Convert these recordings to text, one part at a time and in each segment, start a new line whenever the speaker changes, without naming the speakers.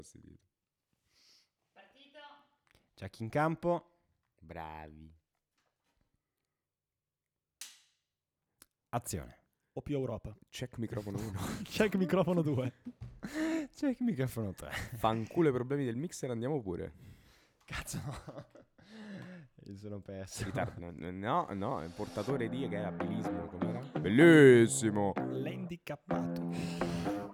Partito.
Jack in campo.
Bravi.
Azione.
O più Europa.
Check microfono 1.
Check microfono 2.
Check microfono 3.
Fanculo i problemi del mixer, andiamo pure.
Cazzo no. Mi sono perso.
Ritardo. No, è un portatore di che è abilismo, com'era? Bellissimo.
L'handicappato.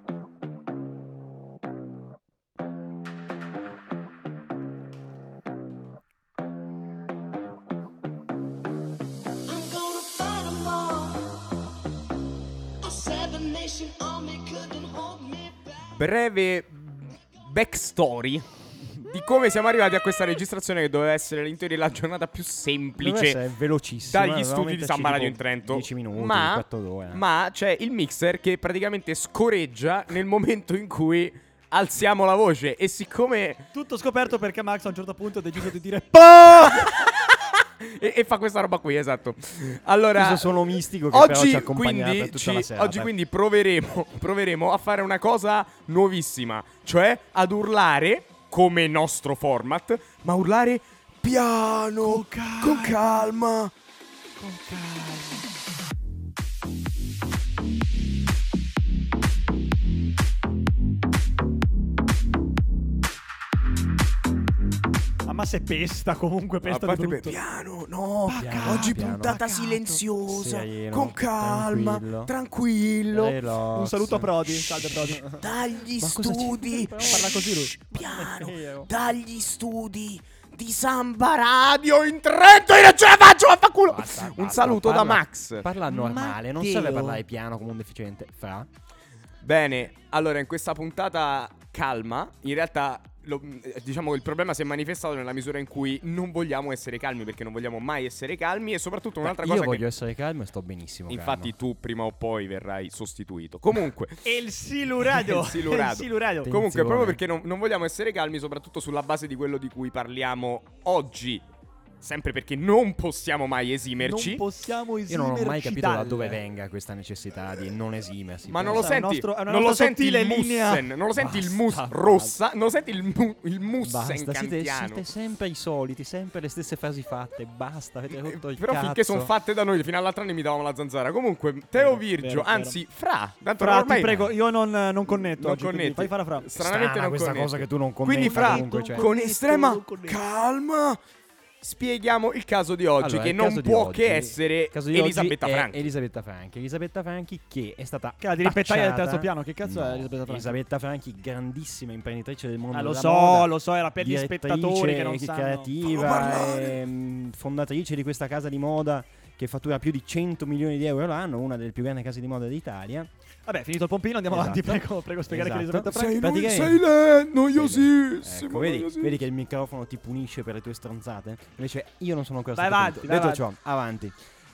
Breve backstory di come siamo arrivati a questa registrazione che doveva essere in teoria la giornata più semplice
È velocissimo.
dagli studi di Samba Radio in Trento.
10 minuti,
ma,
4 ore.
ma c'è il mixer che praticamente scoreggia nel momento in cui alziamo la voce. E siccome
Tutto scoperto perché Max a un certo punto ha deciso di dire
e fa questa roba qui, esatto. Allora,
questo suono mistico che però ci
oggi
accompagnerà per tutta la serata.
oggi quindi proveremo a fare una cosa nuovissima, cioè ad urlare come nostro format, ma urlare piano, con calma.
ma se pesta comunque, pesta
A
di
parte
brutto.
piano, no,
Piano,
oggi
piano,
puntata
pacato,
silenziosa,
sereno,
con calma, tranquillo.
Relax.
Un saluto a Prodi. Salve Prodi.
Dagli
Ma cosa
studi,
Parla così lui.
piano, dagli studi di Samba Radio in Trento. Io non ce la faccio, vaffanculo. Un saluto da Max.
Parla normale, non
Matteo.
serve parlare piano come un deficiente. Fra.
Bene, allora in questa puntata calma, in realtà diciamo che il problema si è manifestato nella misura in cui non vogliamo essere calmi, perché non vogliamo mai essere calmi, e soprattutto un'altra
Io
cosa
voglio
che
essere calmo e sto benissimo.
infatti
calmo.
tu prima o poi verrai sostituito. Comunque
Il Siluradio.
Il Siluradio.
Il Siluradio.
Attenzione.
Comunque, proprio perché non vogliamo essere calmi, soprattutto sulla base di quello di cui parliamo oggi, sempre perché non possiamo mai esimerci.
Non possiamo
Io
esimerci
non ho mai capito da
dalle.
dove venga questa necessità di non esimersi.
Ma
Però-
non lo
È un
senti,
nostro- è una
non lo
nostra
senti il
sottile linea.
mussen, non lo senti il mus
Basta,
rossa, non lo senti il mussen
Basta, siete
kantiano.
sempre i soliti, sempre le stesse frasi fatte. Basta, avete rotto il
Però
cazzo.
finché sono fatte da noi, fino all'altro anno imitavamo la zanzara. Comunque, Teo
Vero,
Virgio,
vero.
anzi, Fra, tanto
Fra,
ormai
ti prego, io non connetto
non
oggi, quindi
connetti.
fai fare Fra.
Stranamente
Strana
non
questa
connetti.
cosa che tu non connetti.
Quindi, Fra,
comunque, cioè.
con estrema
non connetti.
calma spieghiamo il caso di oggi,
Allora,
che
il
non
caso di
può
oggi-
che essere
il caso di oggi
Elisabetta
è
Franchi.
Elisabetta Franchi che è stata
Che la diripettaia del
tacciata-
terzo piano, che cazzo è
No,
Elisabetta Franchi?
Elisabetta Franchi, grandissima imprenditrice del mondo
Lo
della
so,
moda,
lo so, era per gli
direttrice
spettatori che non sanno.
creativa, fondatrice di questa casa di moda che fattua più di 100 milioni di euro l'anno, una delle più grandi case di moda d'Italia.
Vabbè, finito il pompino, andiamo
Esatto.
avanti, prego spiegare che
Esatto.
Elisabetta Franchi.
Praticamente-
noiosissimo.
Ecco, vedi che il microfono ti punisce per le tue stronzate? Invece io non sono ancora
Vai
stato
avanti,
punito.
vai
Detto ciò, avanti.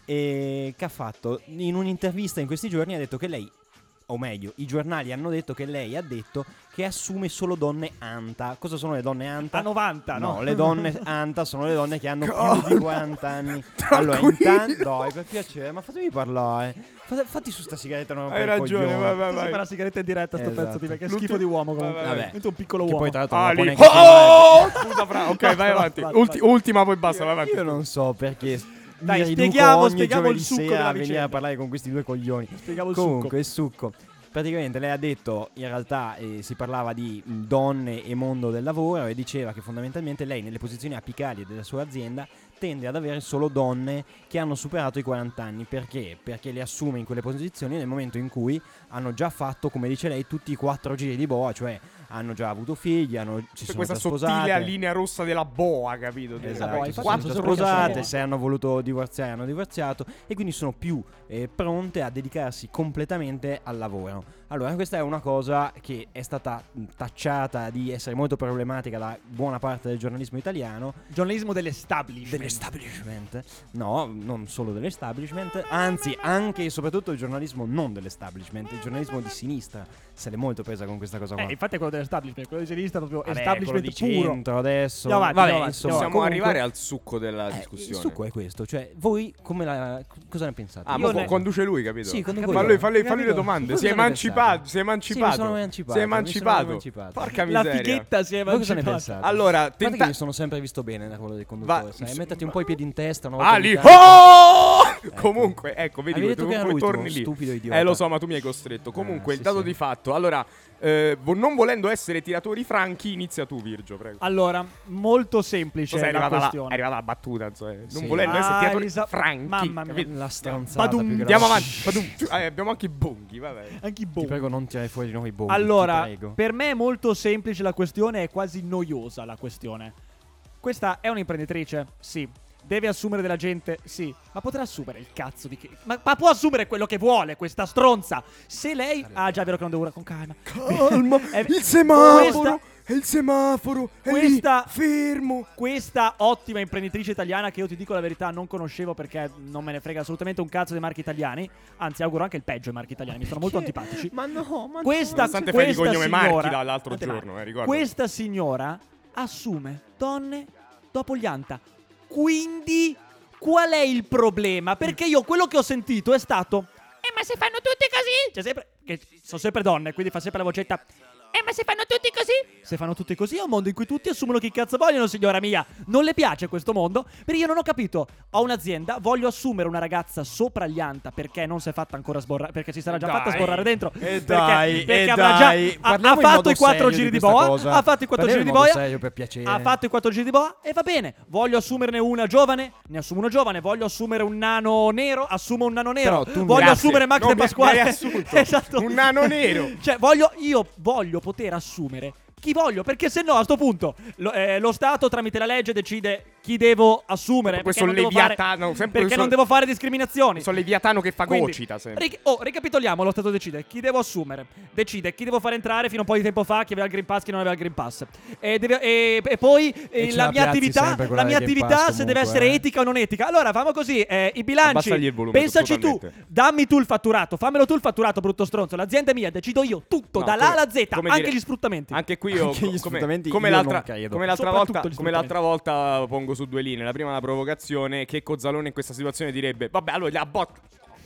E che ha fatto? In un'intervista in questi giorni ha detto che lei, o meglio, i giornali hanno detto che lei ha detto che assume solo donne anta. Cosa sono le donne anta?
A 90, no?
No, le donne anta sono le donne che hanno più di 40 anni. Allora,
Tranquillo.
intanto, dai, per piacere, ma fatemi parlare. Fatti su sta sigaretta, non
Hai
rompere il
ragione,
coglione.
vai, vai,
Sembra
vai.
una sigaretta in diretta sto
Esatto.
pezzo di me, che schifo di uomo comunque.
Vai, vai,
vai.
Diventa un piccolo
Che
uomo.
poi tra l'altro non la
Ali.
può neanche filmare.
Scusa, Fra. Ok, vai
Basta,
avanti.
basta.
Ultima, poi basta, vai avanti.
Io non so perché.
Dai,
mi riduco
spieghiamo
ogni
il
giovedì
succo
sera
della
a venire
vicenda.
a parlare con questi due coglioni.
Spieghiamo il
Comunque,
succo.
il succo. Praticamente lei ha detto, in realtà si parlava di donne e mondo del lavoro e diceva che fondamentalmente lei nelle posizioni apicali della sua azienda tende ad avere solo donne che hanno superato i 40 anni. Perché? Perché le assume in quelle posizioni nel momento in cui hanno già fatto, come dice lei, tutti i 4 giri di boa, cioè hanno già avuto figli, si sono
Questa
già
sottile
sposate.
linea rossa della boa, capito?
Esatto,
boa,
si
infatti
sono
non so
già
se perché
sposate,
sono-
se hanno voluto divorziare hanno divorziato e quindi sono più pronte a dedicarsi completamente al lavoro. Allora questa è una cosa che è stata tacciata di essere molto problematica da buona parte del giornalismo italiano,
Giornalismo dell'establishment.
dell'establishment, no, non solo dell'establishment, anzi anche e soprattutto il giornalismo non dell'establishment, il giornalismo di sinistra se l'è molto presa con questa cosa qua.
Infatti è quello dell'establishment, quello di sinistra è proprio
Vabbè, quello
establishment
di
puro.
centro adesso.
Andiamo avanti,
Vabbè,
andiamo avanti,
insomma,
Possiamo
comunque-
arrivare al succo della
il
discussione.
succo è questo, cioè voi cosa ne pensate?
Ah,
Io
ma
ne-
conduce lui, capito?
Sì, conduco
Fallo
io.
falli le
Capito?
domande.
Voi
Si è
cosa ne
emancipato emancipato. Si è emancipato.
Sì, mi sono emancipato.
Si è emancipato. Porca
La
miseria.
fighetta si è
Voi cosa ne
emancipata.
pensate?
Allora,
Guarda che mi sono sempre visto bene nel ruolo del conduttore, sai? Mettiti un po' i piedi in testa, una volta
Ali.
ogni tanto.
Oh! Comunque, ecco, vedi
Avevi detto che era
come
l'ultimo,
torni lì.
stupido idiota.
Lo so, ma tu mi hai costretto. Comunque,
sì,
il dato
sì.
di fatto. Allora, non volendo essere tiratori franchi, inizia tu, Virgio, prego.
Allora, molto semplice
Cos'è,
la
è
questione.
arrivata la battuta, insomma. Non
Sì.
volendo essere tiratori franchi.
Mamma mia.
capito?
La stronzata
Badum.
più
Andiamo
grossa.
avanti. Abbiamo anche i bonghi, vabbè.
Anche i
Ti
bombi.
prego non tirare fuori di nuovo i bombi,
Allora,
ti prego.
per me è molto semplice la questione, è quasi noiosa la questione. Questa è un'imprenditrice? Sì. Deve assumere della gente? Sì. Ma potrà assumere il cazzo di che? Ma può assumere quello che vuole, questa stronza. Se lei... Ah, già, è vero che non devo ora con calma.
Calma,
È-
il semaforo.
questa-
È il semaforo. È
Questa-
lì, fermo.
Questa ottima imprenditrice italiana, che io ti dico la verità non conoscevo perché non me ne frega assolutamente un cazzo dei marchi italiani. Anzi, auguro anche il peggio ai marchi italiani, mi sono molto antipatici.
Ma no, ma
Questa,
Nonostante fai di
questa
cognome
signora,
Marchi l'altro
Guardate,
giorno, ricordo.
questa signora assume donne dopo gli anta. Quindi qual è il problema? Perché io quello che ho sentito è stato: ma se fanno tutti così? Cioè sempre, che sono sempre donne, quindi fa sempre la vocetta. Ma se fanno tutti così? Se fanno tutti così è un mondo in cui tutti assumono chi cazzo vogliono, signora mia. Non le piace questo mondo? Perché io non ho capito. Ho un'azienda, voglio assumere una ragazza sopra gli anta perché non si è fatta ancora sborrare, perché si sarà già fatta sborrare dentro. Perché avrà già ha fatto i 4 giri di boa. Ha fatto i 4 giri di boa.
serio, per piacere.
Ha fatto i 4 giri di boa e va bene. Voglio assumerne una giovane, ne assumo una giovane. Voglio assumere un nano nero, assumo un nano nero.
Però tu
Voglio
grazie.
assumere Max
Non
De
mi
Pasquale.
hai assunto.
Esatto.
Un nano nero.
Cioè, io voglio poter assumere chi voglio, perché se no a sto punto lo Stato tramite la legge decide chi devo assumere.
Questo
Perché non devo
leviatano,
fare,
sempre
perché non devo fare discriminazioni.
Sono Leviatano che fa
Quindi,
gocita sempre.
Ricapitoliamo, lo Stato decide chi devo assumere, decide chi devo fare entrare fino a un po' di tempo fa, chi aveva il Green Pass, chi non aveva il Green Pass. E poi
ce
la
la
mia
piazzi
attività,
sempre quella del Green
attività
Pass
se deve
comunque,
essere etica o non etica. Allora, famo così, i bilanci,
Abbassagli il volume,
pensaci tu,
totalmente.
dammi tu il fatturato, fammelo tu il fatturato, brutto stronzo, l'azienda è mia, decido io tutto,
No,
dall'A
come-
alla Z,
come
anche
dire-
gli sfruttamenti.
Anche qui io
Anche gli sfruttamenti
come
io
l'altra,
non credo.
come l'altra
Soprattutto
volta,
gli
come l'altra volta pongo su due linee. La prima è una provocazione che Cozzalone in questa situazione direbbe: vabbè, allora la bot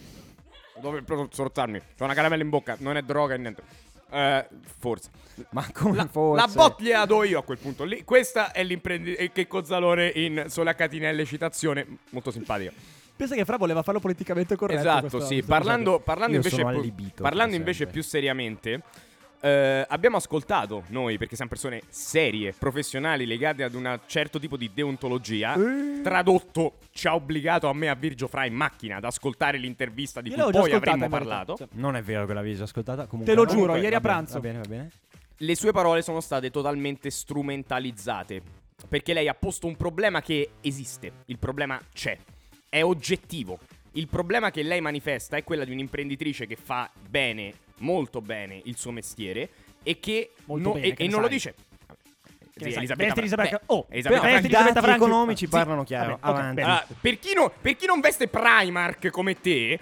dove strozzarmi? C'ho una caramella in bocca, non è droga e niente. Forse.
Ma come
La
forse?
bot gliela do io a quel punto lì. Questa è l'imprenditore che Cozzalone in Sole a catinelle, citazione molto simpatica.
Pensa che Fra voleva farlo politicamente corretto.
Esatto,
questo-
sì.
questo
Parlando
Io
invece,
sono allibito,
parlando
come
invece
sempre.
più seriamente, abbiamo ascoltato noi, perché siamo persone serie, professionali, legate ad un certo tipo di deontologia. Tradotto, ci ha obbligato a me, a Virgio Fra, in macchina ad ascoltare l'intervista di
Io
cui
l'avevo già
poi
ascoltata,
avremmo
in verità.
parlato.
Cioè,
Non è vero che l'avevi già ascoltata. Comunque,
te lo
no.
giuro,
comunque,
ieri a
Va bene,
pranzo.
Va bene, va bene.
Le sue parole sono state totalmente strumentalizzate, perché lei ha posto un problema che esiste. Il problema c'è, è oggettivo. Il problema che lei manifesta è quella di un'imprenditrice che fa bene, molto bene, il suo mestiere e che
Molto bene, che ne
non lo
sai.
dice.
Che ne sai?
Elisabetta
Vesti Elisabetta-
Beh,
oh,
Elisabetta
però
Franchi.
I
Elisabetta
dati
Franchi-
economici
sì.
parlano chiaro.
Vabbè, ok,
Avanti.
bene.
Allora, per chi non veste Primark come te,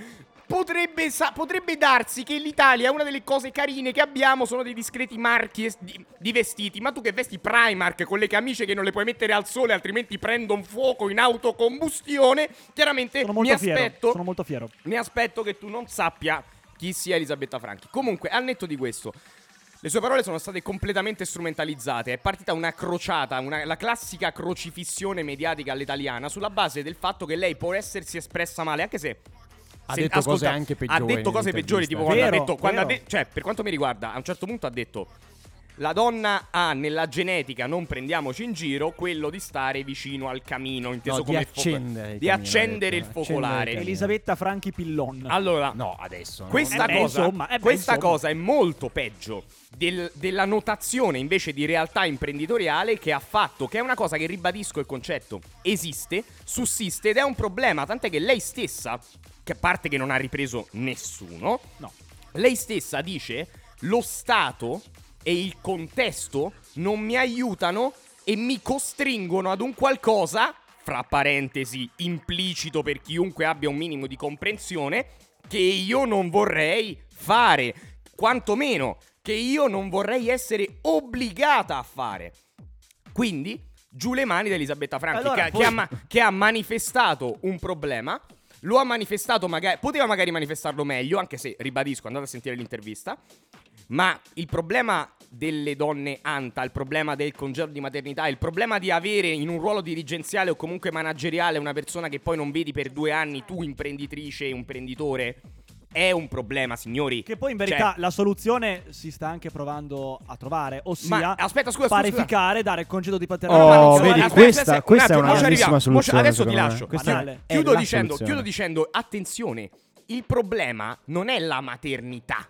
potrebbe darsi che l'Italia, una delle cose carine che abbiamo sono dei discreti marchi di vestiti. Ma tu che vesti Primark con le camicie che non le puoi mettere al sole, altrimenti prendono fuoco in autocombustione, chiaramente
Sono
mi
molto fiero.
aspetto,
Sono molto fiero.
mi aspetto che tu non sappia chi sia Elisabetta Franchi. Comunque, al netto di questo, le sue parole sono state completamente strumentalizzate. È partita una crociata, la classica crocifissione mediatica all'italiana, sulla base del fatto che lei può essersi espressa male, anche se
Ha detto cose anche peggiori
Ha detto cose peggiori, tipo
nell'intervista.
quando
Vero,
ha detto,
vero.
cioè, per quanto mi riguarda, a un certo punto ha detto: la donna ha nella genetica, non prendiamoci in giro, quello di stare vicino al camino, inteso
No, di
come
accendere il
di
camino,
accendere
ha
il
detto,
focolare.
accendere il camino.
Elisabetta Franchi Pillon.
Allora,
No, adesso. no.
questa
beh,
cosa,
insomma,
questa
insomma.
cosa è molto peggio della notazione invece di realtà imprenditoriale che ha fatto, che è una cosa che, ribadisco il concetto, esiste, sussiste ed è un problema, tant'è che lei stessa, che a parte che non ha ripreso nessuno,
No.
lei stessa dice: lo Stato e il contesto non mi aiutano e mi costringono ad un qualcosa, fra parentesi, implicito per chiunque abbia un minimo di comprensione, che io non vorrei fare, quantomeno che io non vorrei essere obbligata a fare. Quindi, giù le mani da Elisabetta Franchi,
Allora,
che ha manifestato un problema. Lo ha manifestato, poteva magari manifestarlo meglio, anche se, ribadisco, andate a sentire l'intervista. Ma il problema delle donne anta, il problema del congedo di maternità, il problema di avere in un ruolo dirigenziale o comunque manageriale una persona che poi non vedi per 2 anni, tu imprenditrice e un imprenditore, è un problema, signori.
Che poi in verità la soluzione si sta anche provando a trovare, ossia
aspetta, scusa.
parificare, dare il congedo di paternità.
Oh,
Ma
vedi,
aspetta,
questa è
un attimo,
una grandissima soluzione.
Adesso ti
secondo me.
lascio.
Questa
Banale.
è
Chiudo
la
dicendo,
soluzione.
attenzione, il problema non è la maternità.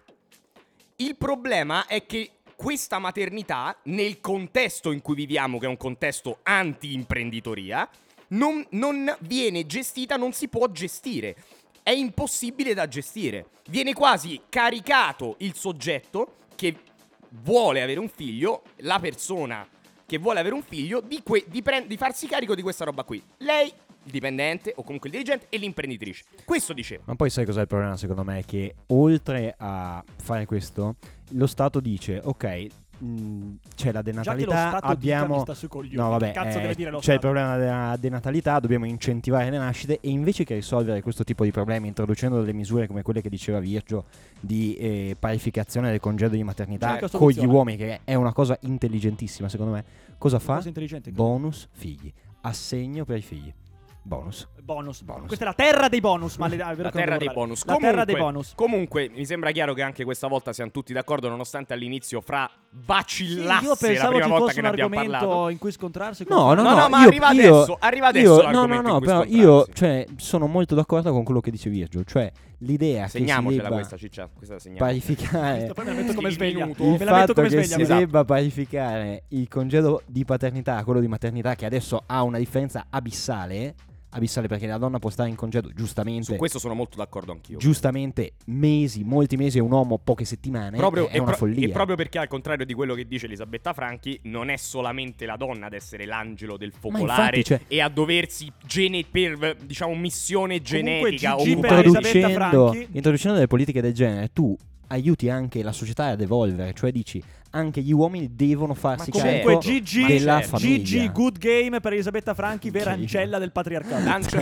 Il problema è che questa maternità, nel contesto in cui viviamo, che è un contesto anti-imprenditoria, non viene gestita, non si può gestire. È impossibile da gestire. Viene quasi caricato il soggetto che vuole avere un figlio, la persona che vuole avere un figlio, di farsi carico di questa roba qui. Lei, il dipendente o comunque il dirigente, e l'imprenditrice. Questo dicevo.
Ma poi sai cos'è il problema secondo me? Che oltre a fare questo, lo Stato dice ok, c'è la
Già che lo
denatalità,
Stato
abbiamo...
dica mi sta sui coglioni.
No vabbè,
Che cazzo deve dire lo
c'è il
Stato?
problema della denatalità, dobbiamo incentivare le nascite e invece che risolvere questo tipo di problemi introducendo delle misure come quelle che diceva Virgio di parificazione del congedo di maternità
Certo,
con gli
soluzione.
uomini, che è una cosa intelligentissima secondo me, cosa fa?
Cosa intelligente.
Bonus figli, assegno per i figli, bonus.
Bonus.
Bonus.
Questa è la terra dei bonus. Ma
La terra dei bonus.
La terra dei bonus.
Comunque, mi sembra chiaro che anche questa volta siamo tutti d'accordo, nonostante all'inizio Fra vacillasse
Io
la
pensavo
prima
ci
volta
fosse
che
un
ne abbiamo
argomento
parlato.
in cui scontrarsi.
No,
ma
io-
arriva adesso
io-
l'argomento in cui
però
scontrarsi.
io sono molto d'accordo con quello che dice Virgio, cioè l'idea che si
Segniamocela
debba
questa ciccia, questa la segniamo.
parificare
Poi me la metto come
Il
sveglia.
minuto.
il
Me la metto
fatto
come
che
sveglia.
si
esatto.
debba parificare il congedo di paternità a quello di maternità, che adesso ha una differenza abissale perché la donna può stare in congedo
Su questo sono molto d'accordo anch'io.
giustamente mesi, molti mesi, e un uomo poche settimane. È una follia.
E proprio perché, al contrario di quello che dice Elisabetta Franchi, non è solamente la donna ad essere l'angelo del focolare
infatti, cioè-
e a doversi per, diciamo, missione genetica
Gigi
o
per Elisabetta
introducendo,
Franchi.
introducendo delle politiche del genere, tu aiuti anche la società ad evolvere, cioè dici anche gli uomini devono farsi
Ma
carico
Comunque Gigi,
della
certo.
famiglia.
Gigi, good game per Elisabetta Franchi, vera
Ok.
ancella del patriarcato.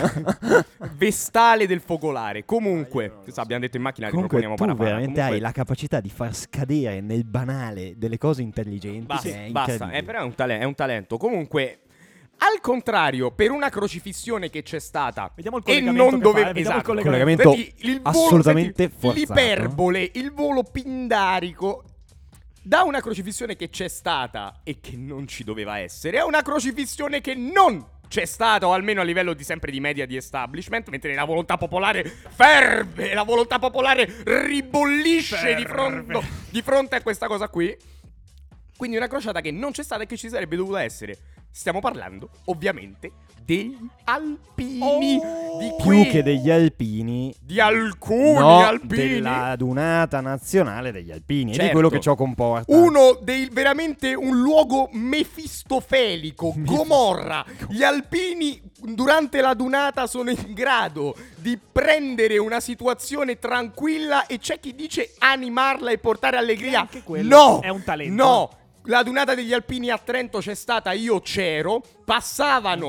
vestale del focolare. Comunque, abbiamo detto in macchina,
Comunque
riproponiamo
tu
Parapara.
veramente
Comunque,
hai la capacità di far scadere nel banale delle cose intelligenti.
basta,
che è
basta.
incredibile.
Però è un talento. Comunque, al contrario, per una crocifissione che c'è stata
Vediamo il
e
collegamento
non
che fa,
doveva,
vediamo il
esatto.
collegamento
Senti, il volo,
assolutamente
senti,
forzato.
l'iperbole, il volo pindarico da una crocifissione che c'è stata e che non ci doveva essere a una crocifissione che non c'è stata, o almeno a livello di sempre di media di establishment, mentre la volontà popolare ferve, la volontà popolare ribollisce di fronte a questa cosa qui. Quindi una crociata che non c'è stata e che ci sarebbe dovuta essere. Stiamo parlando, ovviamente, degli alpini. Di
Più che degli alpini,
di alcuni
no,
alpini.
della adunata nazionale degli alpini, e
Certo.
di quello che ciò comporta.
Uno dei veramente un luogo mefistofelico, Gomorra. Gli alpini durante la dunata sono in grado di prendere una situazione tranquilla e c'è chi dice animarla e portare allegria.
Anche quello
No!
è un talento.
No! La dunata degli alpini a Trento c'è stata, io c'ero, passavano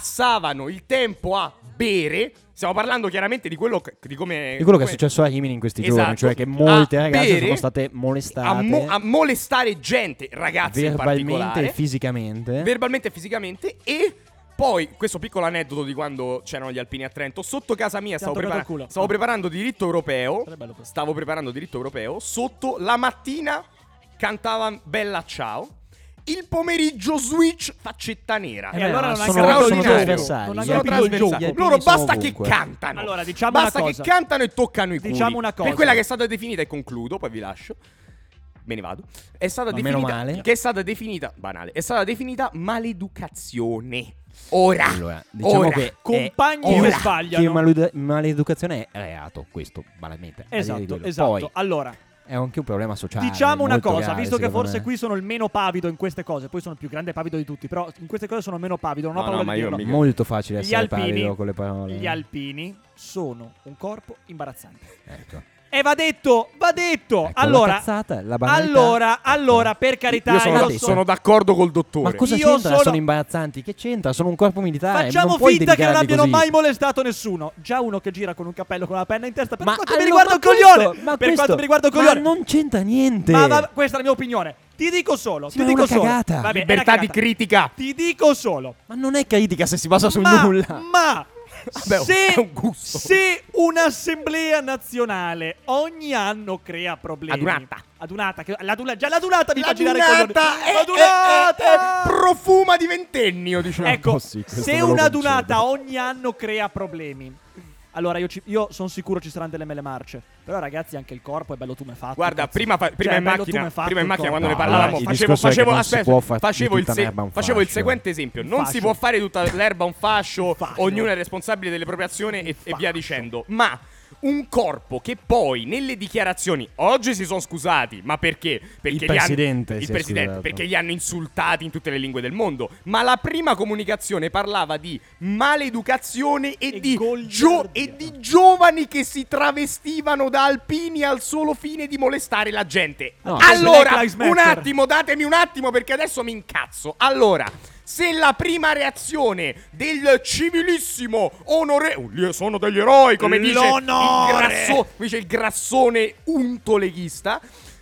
il tempo a bere. Stiamo parlando chiaramente di quello che, di come
Di quello che è successo a Rimini in questi giorni,
Esatto.
cioè che molte
A
ragazze
bere,
sono state molestate
a molestare gente, ragazzi in
verbalmente
particolare,
e fisicamente.
verbalmente e fisicamente. E poi questo piccolo aneddoto di quando c'erano gli alpini a Trento, sotto casa mia
Ti hanno toccato il culo.
stavo preparando diritto europeo.
Sarebbe bello questo.
Stavo preparando diritto europeo. Sotto la mattina cantava Bella Ciao. Il pomeriggio Switch faccetta nera.
E allora non ha
sono
capito il gioco.
trasversali.
Non ha
Gli
Sono
capito
alpini-
il
trasversali.
gioco.
gli alpini
Loro
sono
basta che
ovunque.
cantano.
Allora, diciamo
basta
una
che
cosa.
cantano e toccano i culi.
Diciamo una cosa.
Per quella che è stata definita, e concludo, poi vi lascio. Me ne vado. È stata
Ma meno
definita.
male.
Che è stata definita. Banale. È stata definita maleducazione. Ora.
Allora, diciamo
Ora.
che
Compagni
è
che
ora
sbagliano.
che maleducazione è reato, questo banalmente. al di là di
Esatto,
quello.
esatto.
Poi
Allora,
è anche un problema sociale.
diciamo una
molto
cosa,
grave,
visto che
secondo
forse
me.
qui sono il meno pavido in queste cose, poi sono il più grande pavido di tutti, però in queste cose sono il meno pavido, non ho
No,
paura
no,
di
ma io
dirlo.
Molto facile
Gli
essere
alpini-
pavido con le parole.
Gli alpini sono un corpo imbarazzante.
Ecco.
E va detto.
Ecco,
Allora,
la cazzata, la banalità.
allora, per carità,
Io sono,
io
sono d'accordo col dottore.
Ma cosa
Io
c'entra?
sono-
Sono imbarazzanti. Che c'entra? Sono un corpo militare.
facciamo
non puoi
finta che non
dedicarli
abbiano
così.
mai molestato nessuno. Già uno che gira con un cappello con una penna in testa. Per
Ma
quanto mi
allora,
riguarda un
questo-
coglione.
ma
Per
questo-
quanto mi riguarda un
ma
coglione.
non c'entra niente.
Questa è la mia opinione. Ti dico solo.
Sì,
ti
ma è
dico
una
solo.
cagata.
Vabbè, è una
Libertà di
cagata.
critica.
Ti dico solo.
Ma non è critica se si basa sul
Ma
nulla.
Vabbè, è un gusto.
se un'assemblea nazionale ogni anno crea problemi. Adunata. Già l'adunata mi fa girare i coglioni. L'adunata!
Profuma di ventennio, diciamo.
Ecco,
Oh, sì, questo
se
ve lo
un'adunata
concedo.
ogni anno crea problemi, allora io sono sicuro ci saranno delle mele marce. Però ragazzi, anche il corpo è bello tumefatto.
Guarda,
cazzo.
prima
Cioè,
in
è bello
macchina,
tumefatto
prima in
il
macchina
corpo.
quando ne
No,
parlavamo,
allora, il discorso è che non si può fare di tutta l'erba un
facevo il
fascio.
seguente esempio. Non
fascio.
si può fare tutta l'erba un fascio,
fascio.
ognuno è responsabile delle proprie azioni e via
fascio.
dicendo. Ma un corpo che poi nelle dichiarazioni oggi si sono scusati, ma perché? Perché
Il presidente
il
si è
presidente
scusato.
perché li hanno insultati in tutte le lingue del mondo. Ma la prima comunicazione parlava di maleducazione e di giovani che si travestivano da alpini al solo fine di molestare la gente.
No,
Allora,
Black Lives
un
Matter.
attimo, datemi un attimo perché adesso mi incazzo. Allora, se la prima reazione del civilissimo sono degli eroi, come dice il grassone untoleghista.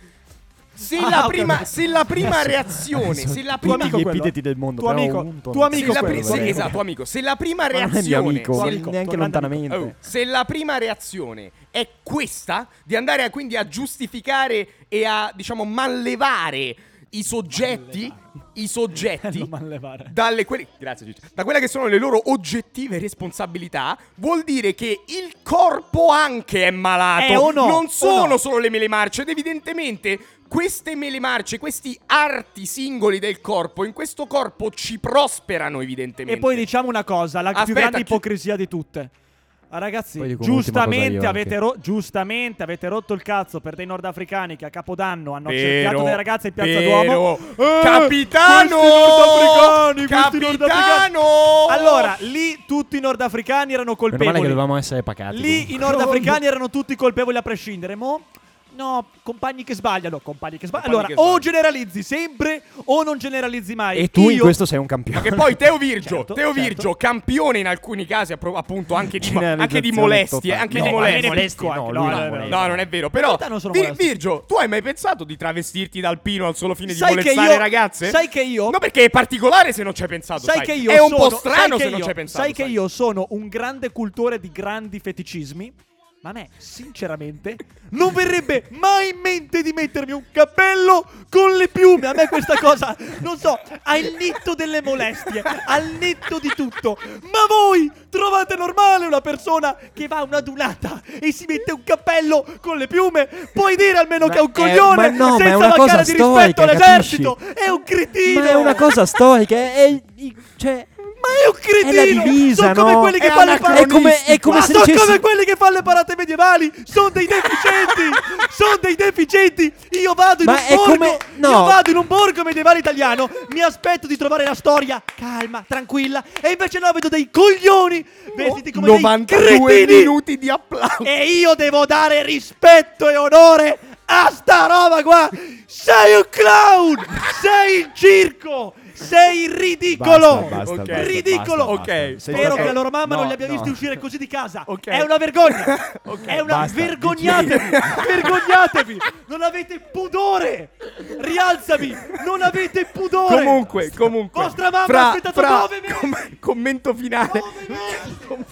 Se la prima reazione, se la
Tuo
prima
amico
gli
quello?
epiteti del mondo,
Tuo
però
amico,
unto.
tuo amico
se la
quello,
pri-
tuo
se-
amico.
esatto, tuo amico. Se la prima
Ma non è mio
reazione,
amico,
tuo amico,
neanche
tuo grande
lontanamente.
se la prima reazione è questa, di andare quindi a giustificare e a, diciamo, mallevare i soggetti
Non mallevare.
grazie Gigi, da quelle che sono le loro oggettive responsabilità, vuol dire che il corpo anche è malato.
O no,
non
o
sono
no.
solo le mele marce ed evidentemente queste mele marce, questi arti singoli del corpo, in questo corpo ci prosperano evidentemente.
E poi diciamo una cosa, la più
Aspetta,
grande ipocrisia di tutte. Ragazzi,
Poi dico un'ultima cosa io
giustamente avete rotto il cazzo per dei nordafricani che a Capodanno hanno
Vero,
cerchiato delle ragazze in Piazza
vero.
Duomo.
Capitano!
Questi nordafricani.
Capitano!
Allora, lì tutti i nordafricani erano
Meno male che
colpevoli.
dovevamo essere pacati.
Lì i nordafricani erano tutti colpevoli a prescindere. No, compagni che sbagliano. Allora,
che
o
sbagliano.
generalizzi sempre o non generalizzi mai.
E tu in
Io-
questo sei un campione.
Che poi Teo Virgio,
Certo.
campione in alcuni casi appunto anche di
Generalizzazione
molestie,
totale.
anche
No,
di
ma
molestie.
molestie,
no,
no,
lui
no,
non
no,
è.
No, non è vero.
In
Però,
realtà non sono molesti.
Virgio, tu hai mai pensato di travestirti da alpino al solo fine di
Sai che
molestare
io-
ragazze?
sai che io-
No, perché è particolare se non ci hai pensato.
Sai che io
è un
sono,
po' strano
sai che
se non
io-
ci hai pensato.
Sai che io sono un grande cultore di grandi feticismi. Ma a me, sinceramente, non verrebbe mai in mente di mettermi un cappello con le piume. A me questa cosa, non so, al netto delle molestie, al netto di tutto. Ma voi trovate normale una persona che va a un'adunata e si mette un cappello con le piume? Puoi dire almeno che è un coglione,
ma no, ma è
senza
una cosa
mancare di rispetto
storica,
all'esercito. È un cretino.
Ma è una cosa storica. Cioè,
Ma è un cretino!
È la divisa,
sono come
no?
quelli che
È
fanno le parate.
è come
Ma
se
sono
dicessi.
come quelli che fanno le parate medievali. Sono dei deficienti. Sono dei deficienti. Io vado in
Ma
un
è
borgo.
come- no.
Io vado in un borgo medievale italiano. Mi aspetto di trovare la storia calma, tranquilla. E invece no, vedo dei coglioni vestiti come dei
92
cretini.
minuti di applauso.
E io devo dare rispetto e onore a sta roba qua. Sei un clown. Sei il circo. Sei ridicolo.
Basta,
Ok.
Ridicolo.
Ok.
Sei
Spero
stato-
che la loro mamma
No,
non li abbia
no.
visti uscire così di casa.
Ok.
È una vergogna. È una
Basta.
vergognatevi. Vergognatevi. Non avete pudore. Rialzami. Non avete pudore.
Comunque.
Vostra mamma ha aspettato 9 mesi.
Commento finale.
9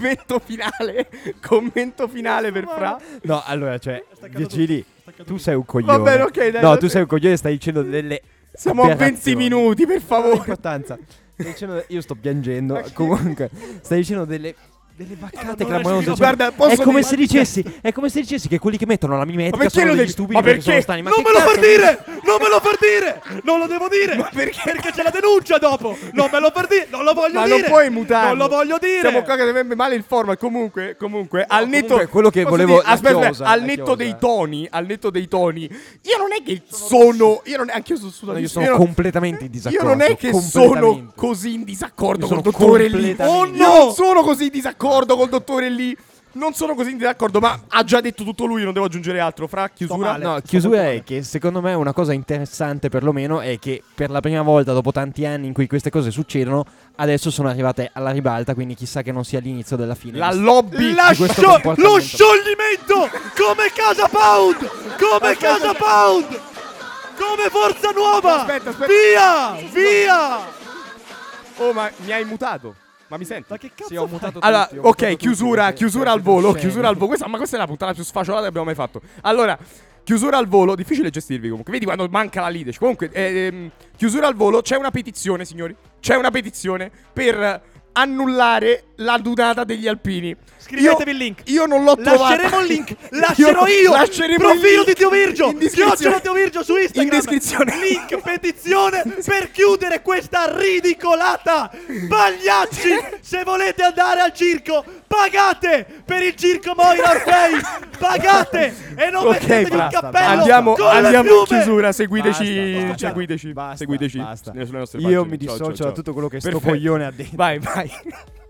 mesi.
Commento finale per Fra.
No, allora, cioè,
staccato
Virgili,
tutto.
tu sei un coglione.
Va bene, ok, dai,
No,
dai.
tu sei un coglione, stai dicendo delle.
Siamo a 20
aberrazioni.
minuti, per
Non ha
favore.
importanza. Stai dicendo, io sto piangendo. Comunque, stai dicendo delle vaccate
non
clamorose.
respiro.
Cioè,
Guarda, posso
è come
dire-
se dicessi che quelli che mettono la mimetica
Ma perché
sono
lo
degli
devi-
stupidi
ma
perché sono
perché?
strani. Ma
Non
che
me lo
cazzo
far dire! Non me lo far dire! Non lo devo dire!
Ma perché?
Perché c'è la denuncia dopo! Non me lo far dire! Non lo voglio
Ma
dire!
non puoi mutare.
Non lo voglio dire!
Siamo qua che deve male il format. Comunque, al netto.
comunque, quello che
posso
volevo-
dire-
la
aspetta,
chiosa,
al
la
netto
chiosa.
dei toni. Io non è che sono. Io non è, anche io sono
No,
sudato.
io sono completamente in disaccordo.
Io non è che sono
completamente.
così in disaccordo
Io
col
sono
dottore lì.
completamente-
Oh no! Io non sono così in disaccordo col dottore lì. Non sono così d'accordo, ma ha già detto tutto lui, non devo aggiungere altro. Fra chiusura.
No, chiusura è che secondo me una cosa interessante perlomeno è che per la prima volta dopo tanti anni in cui queste cose succedono, adesso sono arrivate alla ribalta, quindi chissà che non sia l'inizio della fine.
La lobby
di questo comportamento.
Lo scioglimento come Casa Pound! Come Casa Pound! Come Forza Nuova!
Aspetta.
Via!
Oh, ma mi hai mutato. Ma mi senti?
Ma che cazzo
Sì, ho
fai?
mutato
Allora,
tutti, ho mutato
ok,
tutti,
chiusura
perché
al volo.
scemi.
Chiusura al volo. Ma questa è la puntata più sfacciolata che abbiamo mai fatto. Allora, chiusura al volo. Difficile gestirvi comunque. Vedi quando manca la leadership. Comunque, chiusura al volo. C'è una petizione, signori. C'è una petizione per annullare la dunata degli alpini.
Scrivetevi il link.
Io non l'ho trovato.
Lasceremo il link. Lascerò io.
Lasceremo
Profilo
il link
di Teo Virgio.
in descrizione.
Chiocciola Teo Virgio su Instagram.
In descrizione.
Link, petizione per chiudere questa ridicolata. Pagliacci, se volete andare al circo, pagate per il circo Moira Orfei. Pagate e non mettetevi il cappello.
Andiamo
con le
in
piume.
chiusura. Seguiteci.
Basta.
Seguiteci.
Basta,
seguiteci
basta.
sulle nostre
Io
pagine.
mi dissocio
Ciao, ciao,
da tutto quello che sto
Perfetto.
coglione ha detto.
Vai.